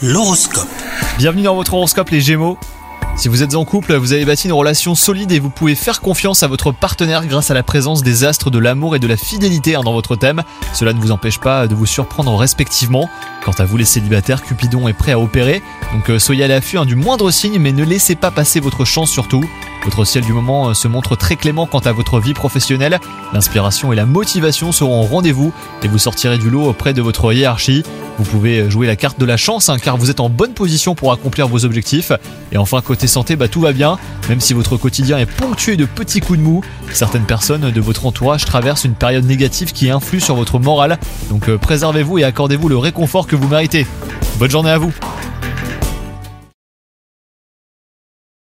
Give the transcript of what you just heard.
L'horoscope. Bienvenue dans votre horoscope les Gémeaux. Si vous êtes en couple, vous avez bâti une relation solide et vous pouvez faire confiance à votre partenaire grâce à la présence des astres de l'amour et de la fidélité dans votre thème. Cela ne vous empêche pas de vous surprendre respectivement. Quant à vous les célibataires, Cupidon est prêt à opérer. Donc soyez à l'affût du moindre signe, mais ne laissez pas passer votre chance surtout. Votre ciel du moment se montre très clément quant à votre vie professionnelle. L'inspiration et la motivation seront au rendez-vous et vous sortirez du lot auprès de votre hiérarchie. Vous pouvez jouer la carte de la chance car vous êtes en bonne position pour accomplir vos objectifs. Et enfin côté santé, tout va bien. Même si votre quotidien est ponctué de petits coups de mou, certaines personnes de votre entourage traversent une période négative qui influe sur votre morale. Donc préservez-vous et accordez-vous le réconfort que vous méritez. Bonne journée à vous.